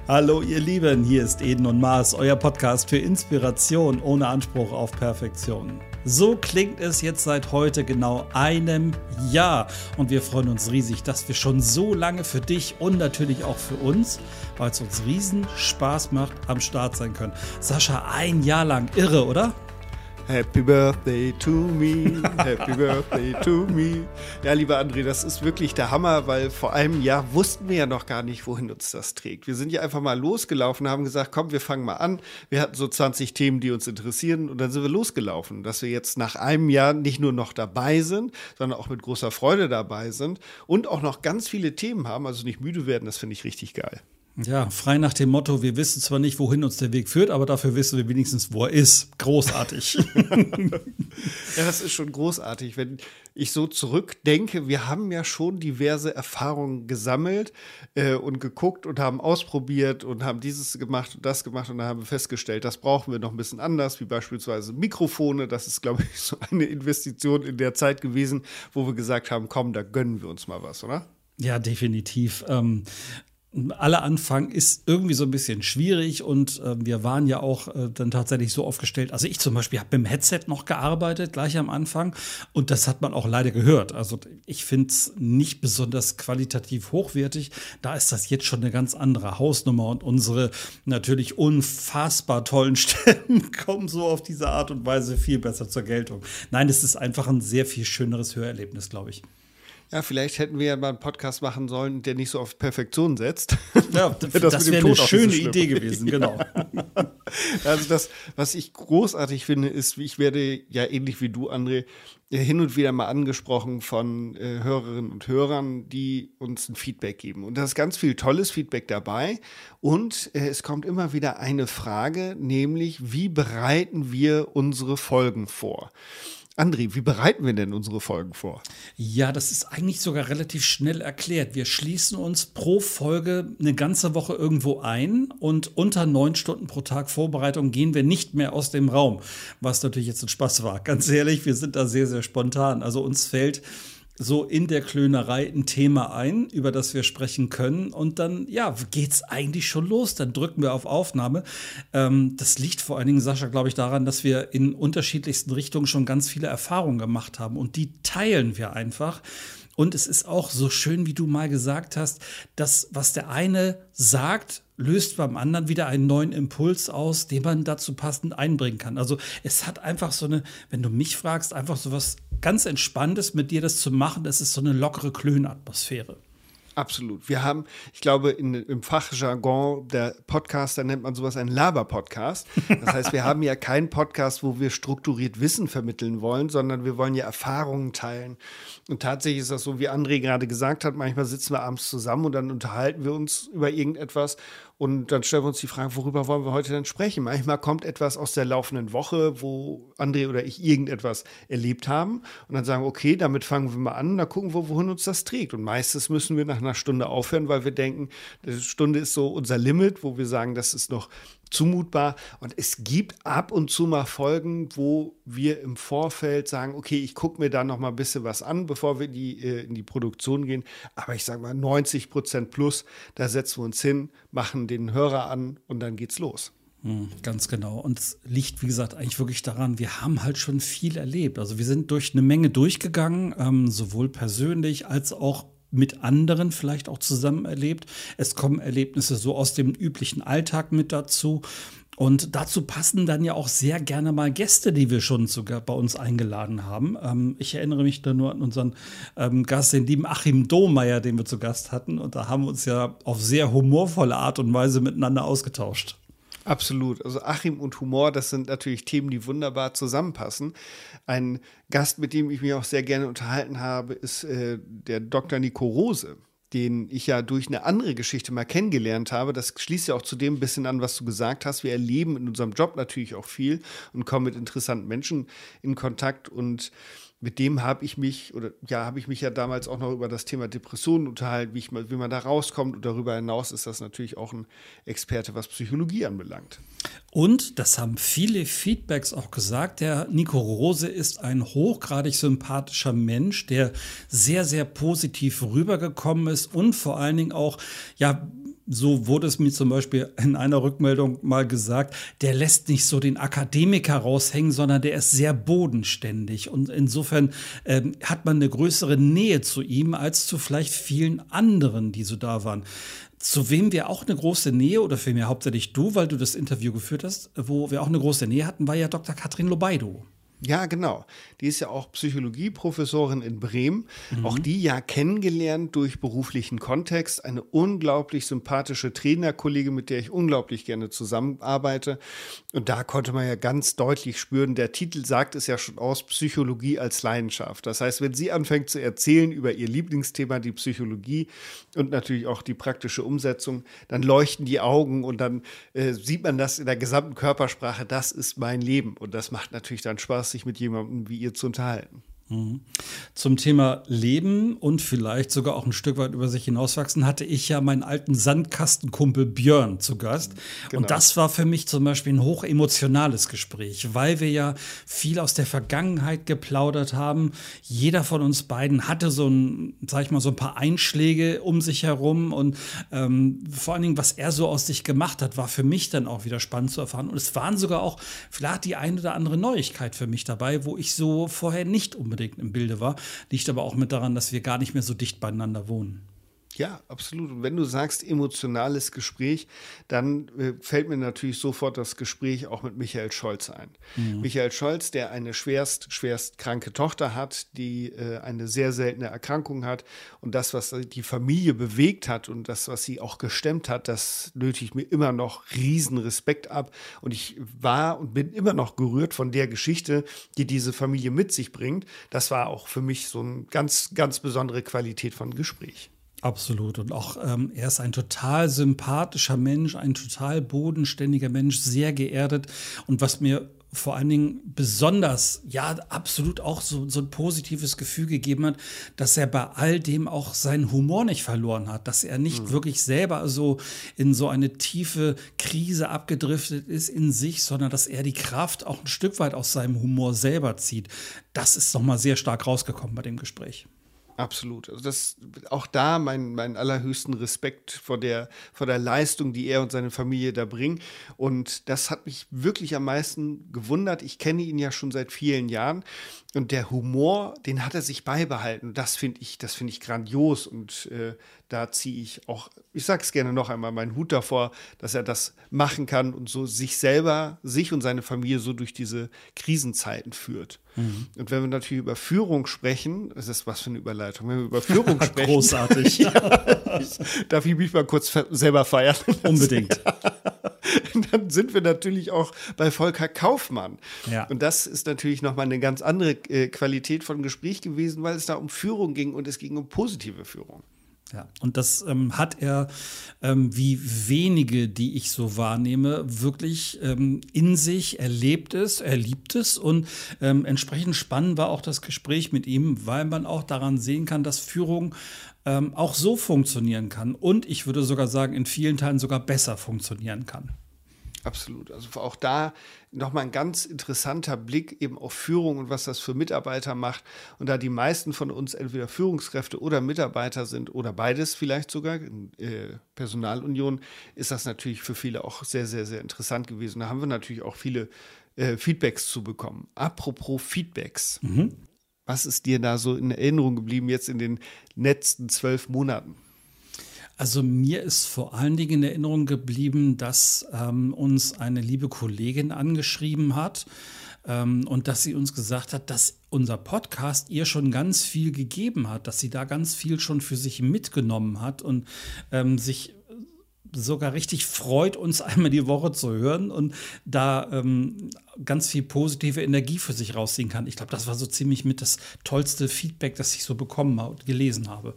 Hallo ihr Lieben, hier ist Eden und Mars, euer Podcast für Inspiration ohne Anspruch auf Perfektion. So klingt es jetzt seit heute genau einem Jahr und wir freuen uns riesig, dass wir schon so lange für dich und natürlich auch für uns, weil es uns riesen Spaß macht, am Start sein können. Sascha, ein Jahr lang, irre, oder? Happy Birthday to me, Happy Birthday to me. Ja, lieber André, das ist wirklich der Hammer, weil vor einem Jahr wussten wir ja noch gar nicht, wohin uns das trägt. Wir sind ja einfach mal losgelaufen, haben gesagt, komm, wir fangen mal an. Wir hatten so 20 Themen, die uns interessieren und dann sind wir losgelaufen. Dass wir jetzt nach einem Jahr nicht nur noch dabei sind, sondern auch mit großer Freude dabei sind und auch noch ganz viele Themen haben, also nicht müde werden, das finde ich richtig geil. Ja, frei nach dem Motto, wir wissen zwar nicht, wohin uns der Weg führt, aber dafür wissen wir wenigstens, wo er ist. Großartig. Ja, das ist schon großartig, wenn ich so zurückdenke. Wir haben ja schon diverse Erfahrungen gesammelt und geguckt und haben ausprobiert und haben dieses gemacht und das gemacht und dann haben wir festgestellt, das brauchen wir noch ein bisschen anders, wie beispielsweise Mikrofone. Das ist, glaube ich, so eine Investition in der Zeit gewesen, wo wir gesagt haben, komm, da gönnen wir uns mal was, oder? Ja, definitiv. Aller Anfang ist irgendwie so ein bisschen schwierig und wir waren ja auch dann tatsächlich so aufgestellt. Also ich zum Beispiel habe mit dem Headset noch gearbeitet, gleich am Anfang und das hat man auch leider gehört. Also ich finde es nicht besonders qualitativ hochwertig. Da ist das jetzt schon eine ganz andere Hausnummer und unsere natürlich unfassbar tollen Stimmen kommen so auf diese Art und Weise viel besser zur Geltung. Nein, es ist einfach ein sehr viel schöneres Hörerlebnis, glaube ich. Ja, vielleicht hätten wir ja mal einen Podcast machen sollen, der nicht so auf Perfektion setzt. Ja, das wäre eine schöne Idee gewesen, genau. Ja. Also das, was ich großartig finde, ist, ich werde ja ähnlich wie du, André, hin und wieder mal angesprochen von Hörerinnen und Hörern, die uns ein Feedback geben. Und da ist ganz viel tolles Feedback dabei. Und es kommt immer wieder eine Frage, nämlich, wie bereiten wir unsere Folgen vor? André, wie bereiten wir denn unsere Folgen vor? Ja, das ist eigentlich sogar relativ schnell erklärt. Wir schließen uns pro Folge eine ganze Woche irgendwo ein und unter 9 Stunden pro Tag Vorbereitung gehen wir nicht mehr aus dem Raum, was natürlich jetzt ein Spaß war. Ganz ehrlich, wir sind da sehr, sehr spontan. Also uns fällt so in der Klönerei ein Thema ein, über das wir sprechen können. Und dann, ja, geht's eigentlich schon los. Dann drücken wir auf Aufnahme. Das liegt vor allen Dingen, Sascha, glaube ich, daran, dass wir in unterschiedlichsten Richtungen schon ganz viele Erfahrungen gemacht haben. Und die teilen wir einfach. Und es ist auch so schön, wie du mal gesagt hast, dass was der eine sagt, löst beim anderen wieder einen neuen Impuls aus, den man dazu passend einbringen kann. Also es hat einfach so eine, wenn du mich fragst, einfach so was ganz Entspanntes mit dir das zu machen. Das ist so eine lockere Klönatmosphäre. Absolut. Wir haben, ich glaube, im Fachjargon der Podcaster nennt man sowas einen Laber-Podcast. Das heißt, wir haben ja keinen Podcast, wo wir strukturiert Wissen vermitteln wollen, sondern wir wollen ja Erfahrungen teilen. Und tatsächlich ist das so, wie André gerade gesagt hat, manchmal sitzen wir abends zusammen und dann unterhalten wir uns über irgendetwas und dann stellen wir uns die Frage, worüber wollen wir heute denn sprechen? Manchmal kommt etwas aus der laufenden Woche, wo André oder ich irgendetwas erlebt haben und dann sagen, okay, damit fangen wir mal an, da gucken wir, wohin uns das trägt. Und meistens müssen wir nach einer Stunde aufhören, weil wir denken, eine Stunde ist so unser Limit, wo wir sagen, das ist noch zumutbar. Und es gibt ab und zu mal Folgen, wo wir im Vorfeld sagen, okay, ich gucke mir da noch mal ein bisschen was an, bevor wir in die Produktion gehen. Aber ich sage mal 90% plus, da setzen wir uns hin, machen den Hörer an und dann geht's los. Ganz genau. Und es liegt, wie gesagt, eigentlich wirklich daran, wir haben halt schon viel erlebt. Also wir sind durch eine Menge durchgegangen, sowohl persönlich als auch mit anderen vielleicht auch zusammen erlebt. Es kommen Erlebnisse so aus dem üblichen Alltag mit dazu. Und dazu passen dann ja auch sehr gerne mal Gäste, die wir schon sogar bei uns eingeladen haben. Ich erinnere mich da nur an unseren Gast, den lieben Achim Domeyer, den wir zu Gast hatten. Und da haben wir uns ja auf sehr humorvolle Art und Weise miteinander ausgetauscht. Absolut. Also Achim und Humor, das sind natürlich Themen, die wunderbar zusammenpassen. Ein Gast, mit dem ich mich auch sehr gerne unterhalten habe, ist der Dr. Nico Rose, den ich ja durch eine andere Geschichte mal kennengelernt habe. Das schließt ja auch zu dem ein bisschen an, was du gesagt hast. Wir erleben in unserem Job natürlich auch viel und kommen mit interessanten Menschen in Kontakt und mit dem habe ich mich ja damals auch noch über das Thema Depressionen unterhalten, wie man da rauskommt. Und darüber hinaus ist das natürlich auch ein Experte, was Psychologie anbelangt. Und, das haben viele Feedbacks auch gesagt, der Nico Rose ist ein hochgradig sympathischer Mensch, der sehr, sehr positiv rübergekommen ist und vor allen Dingen auch, ja, so wurde es mir zum Beispiel in einer Rückmeldung mal gesagt, der lässt nicht so den Akademiker raushängen, sondern der ist sehr bodenständig. Und insofern hat man eine größere Nähe zu ihm als zu vielleicht vielen anderen, die so da waren. Zu wem wir auch eine große Nähe, oder vielmehr hauptsächlich du, weil du das Interview geführt hast, wo wir auch eine große Nähe hatten, war ja Dr. Katrin Lobaido. Ja, genau. Die ist ja auch Psychologieprofessorin in Bremen. Auch die ja kennengelernt durch beruflichen Kontext. Eine unglaublich sympathische Trainerkollegin, mit der ich unglaublich gerne zusammenarbeite. Und da konnte man ja ganz deutlich spüren, der Titel sagt es ja schon aus, Psychologie als Leidenschaft. Das heißt, wenn sie anfängt zu erzählen über ihr Lieblingsthema, die Psychologie und natürlich auch die praktische Umsetzung, dann leuchten die Augen und dann sieht man das in der gesamten Körpersprache, das ist mein Leben. Und das macht natürlich dann Spaß, sich mit jemandem wie ihr zu unterhalten. Zum Thema Leben und vielleicht sogar auch ein Stück weit über sich hinauswachsen, hatte ich ja meinen alten Sandkastenkumpel Björn zu Gast. Genau. Und das war für mich zum Beispiel ein hochemotionales Gespräch, weil wir ja viel aus der Vergangenheit geplaudert haben. Jeder von uns beiden hatte so ein paar Einschläge um sich herum. Und vor allen Dingen, was er so aus sich gemacht hat, war für mich dann auch wieder spannend zu erfahren. Und es waren sogar auch vielleicht die ein oder andere Neuigkeit für mich dabei, wo ich so vorher nicht unbedingt im Bilde war. Liegt aber auch mit daran, dass wir gar nicht mehr so dicht beieinander wohnen. Ja, absolut. Und wenn du sagst emotionales Gespräch, dann fällt mir natürlich sofort das Gespräch auch mit Michael Scholz ein. Michael Scholz, der eine schwerst kranke Tochter hat, die eine sehr seltene Erkrankung hat. Und das, was die Familie bewegt hat und das, was sie auch gestemmt hat, das nötigt mir immer noch riesen Respekt ab. Und ich war und bin immer noch gerührt von der Geschichte, die diese Familie mit sich bringt. Das war auch für mich so eine ganz, ganz besondere Qualität von Gespräch. Absolut. Und auch er ist ein total sympathischer Mensch, ein total bodenständiger Mensch, sehr geerdet. Und was mir vor allen Dingen besonders, ja, absolut auch so ein positives Gefühl gegeben hat, dass er bei all dem auch seinen Humor nicht verloren hat, dass er nicht wirklich selber so in so eine tiefe Krise abgedriftet ist in sich, sondern dass er die Kraft auch ein Stück weit aus seinem Humor selber zieht. Das ist nochmal sehr stark rausgekommen bei dem Gespräch. Absolut. Also das, auch da mein allerhöchsten Respekt vor der Leistung, die er und seine Familie da bringen. Und das hat mich wirklich am meisten gewundert. Ich kenne ihn ja schon seit vielen Jahren. Und der Humor, den hat er sich beibehalten. Das finde ich grandios. Und da ziehe ich auch, ich sage es gerne noch einmal, meinen Hut davor, dass er das machen kann und so sich und seine Familie so durch diese Krisenzeiten führt. Und wenn wir natürlich über Führung sprechen, das ist was für eine Überleitung, wenn wir über Führung sprechen. Großartig. Ja, darf ich mich mal kurz selber feiern? Unbedingt. Dann sind wir natürlich auch bei Volker Kauffmann. Ja. Und das ist natürlich nochmal eine ganz andere Qualität von Gespräch gewesen, weil es da um Führung ging und es ging um positive Führung. Ja, und das hat er, wie wenige, die ich so wahrnehme, wirklich in sich, er liebt es und entsprechend spannend war auch das Gespräch mit ihm, weil man auch daran sehen kann, dass Führung auch so funktionieren kann und ich würde sogar sagen, in vielen Teilen sogar besser funktionieren kann. Absolut. Also auch da nochmal ein ganz interessanter Blick eben auf Führung und was das für Mitarbeiter macht. Und da die meisten von uns entweder Führungskräfte oder Mitarbeiter sind oder beides vielleicht sogar in Personalunion, ist das natürlich für viele auch sehr, sehr, sehr interessant gewesen. Da haben wir natürlich auch viele Feedbacks zu bekommen. Apropos Feedbacks. Was ist dir da so in Erinnerung geblieben jetzt in den letzten 12 Monaten? Also mir ist vor allen Dingen in Erinnerung geblieben, dass uns eine liebe Kollegin angeschrieben hat und dass sie uns gesagt hat, dass unser Podcast ihr schon ganz viel gegeben hat, dass sie da ganz viel schon für sich mitgenommen hat und sich sogar richtig freut, uns einmal die Woche zu hören und da ganz viel positive Energie für sich rausziehen kann. Ich glaube, das war so ziemlich mit das tollste Feedback, das ich so bekommen habe und gelesen habe.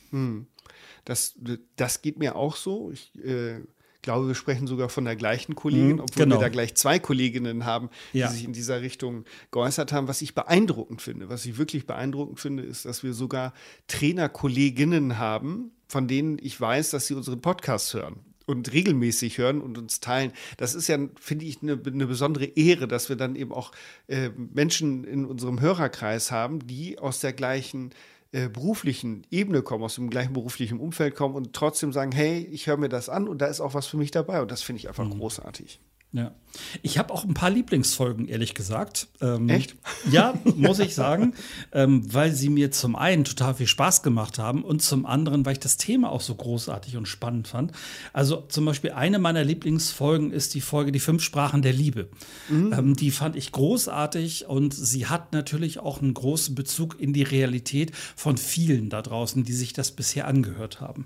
Das geht mir auch so. Ich glaube, wir sprechen sogar von der gleichen Kollegin, obwohl wir da gleich 2 Kolleginnen haben, die sich in dieser Richtung geäußert haben. Was ich wirklich beeindruckend finde, ist, dass wir sogar Trainerkolleginnen haben, von denen ich weiß, dass sie unseren Podcast hören und regelmäßig hören und uns teilen. Das ist ja, finde ich, eine besondere Ehre, dass wir dann eben auch Menschen in unserem Hörerkreis haben, die aus der gleichen beruflichen Ebene kommen, aus dem gleichen beruflichen Umfeld kommen und trotzdem sagen, hey, ich höre mir das an und da ist auch was für mich dabei. Und das finde ich einfach großartig. Ja. Ich habe auch ein paar Lieblingsfolgen, ehrlich gesagt. Echt? Ja, muss ich sagen, weil sie mir zum einen total viel Spaß gemacht haben und zum anderen, weil ich das Thema auch so großartig und spannend fand. Also zum Beispiel eine meiner Lieblingsfolgen ist die Folge Die 5 Sprachen der Liebe. Die fand ich großartig und sie hat natürlich auch einen großen Bezug in die Realität von vielen da draußen, die sich das bisher angehört haben.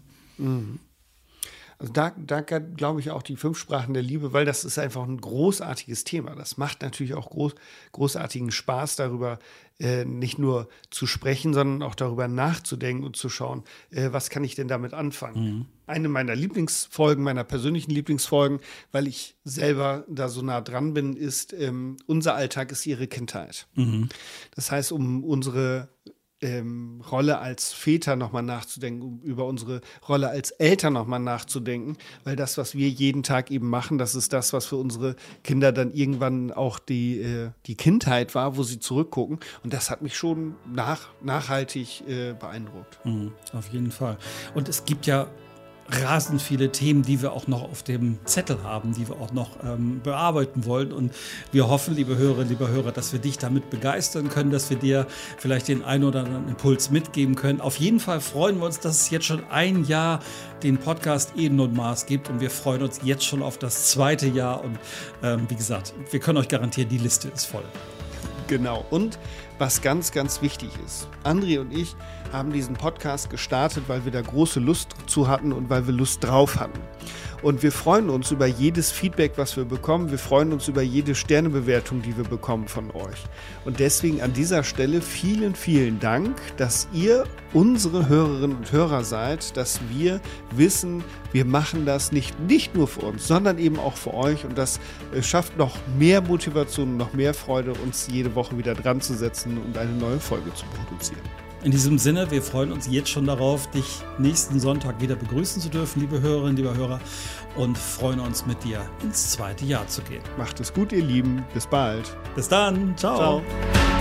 Also da glaube ich auch die 5 Sprachen der Liebe, weil das ist einfach ein großartiges Thema. Das macht natürlich auch großartigen Spaß, darüber nicht nur zu sprechen, sondern auch darüber nachzudenken und zu schauen, was kann ich denn damit anfangen. Eine meiner Lieblingsfolgen, meiner persönlichen Lieblingsfolgen, weil ich selber da so nah dran bin, ist Unser Alltag ist ihre Kindheit. Das heißt, um unsere Rolle als Väter nochmal nachzudenken, über unsere Rolle als Eltern nochmal nachzudenken, weil das, was wir jeden Tag eben machen, das ist das, was für unsere Kinder dann irgendwann auch die Kindheit war, wo sie zurückgucken. Und das hat mich schon nachhaltig beeindruckt. Auf jeden Fall. Und es gibt ja rasend viele Themen, die wir auch noch auf dem Zettel haben, die wir auch noch bearbeiten wollen. Und wir hoffen, liebe Hörerinnen, liebe Hörer, dass wir dich damit begeistern können, dass wir dir vielleicht den einen oder anderen Impuls mitgeben können. Auf jeden Fall freuen wir uns, dass es jetzt schon ein Jahr den Podcast Eden und Maß gibt. Und wir freuen uns jetzt schon auf das 2. Jahr. Und wie gesagt, wir können euch garantieren, die Liste ist voll. Genau. Und was ganz, ganz wichtig ist, André und ich haben diesen Podcast gestartet, weil wir da große Lust zu hatten und weil wir Lust drauf hatten. Und wir freuen uns über jedes Feedback, was wir bekommen. Wir freuen uns über jede Sternebewertung, die wir bekommen von euch. Und deswegen an dieser Stelle vielen, vielen Dank, dass ihr unsere Hörerinnen und Hörer seid, dass wir wissen, wir machen das nicht nur für uns, sondern eben auch für euch. Und das schafft noch mehr Motivation, noch mehr Freude, uns jede Woche wieder dran zu setzen und eine neue Folge zu produzieren. In diesem Sinne, wir freuen uns jetzt schon darauf, dich nächsten Sonntag wieder begrüßen zu dürfen, liebe Hörerinnen, liebe Hörer, und freuen uns, mit dir ins 2. Jahr zu gehen. Macht es gut, ihr Lieben. Bis bald. Bis dann. Ciao. Ciao.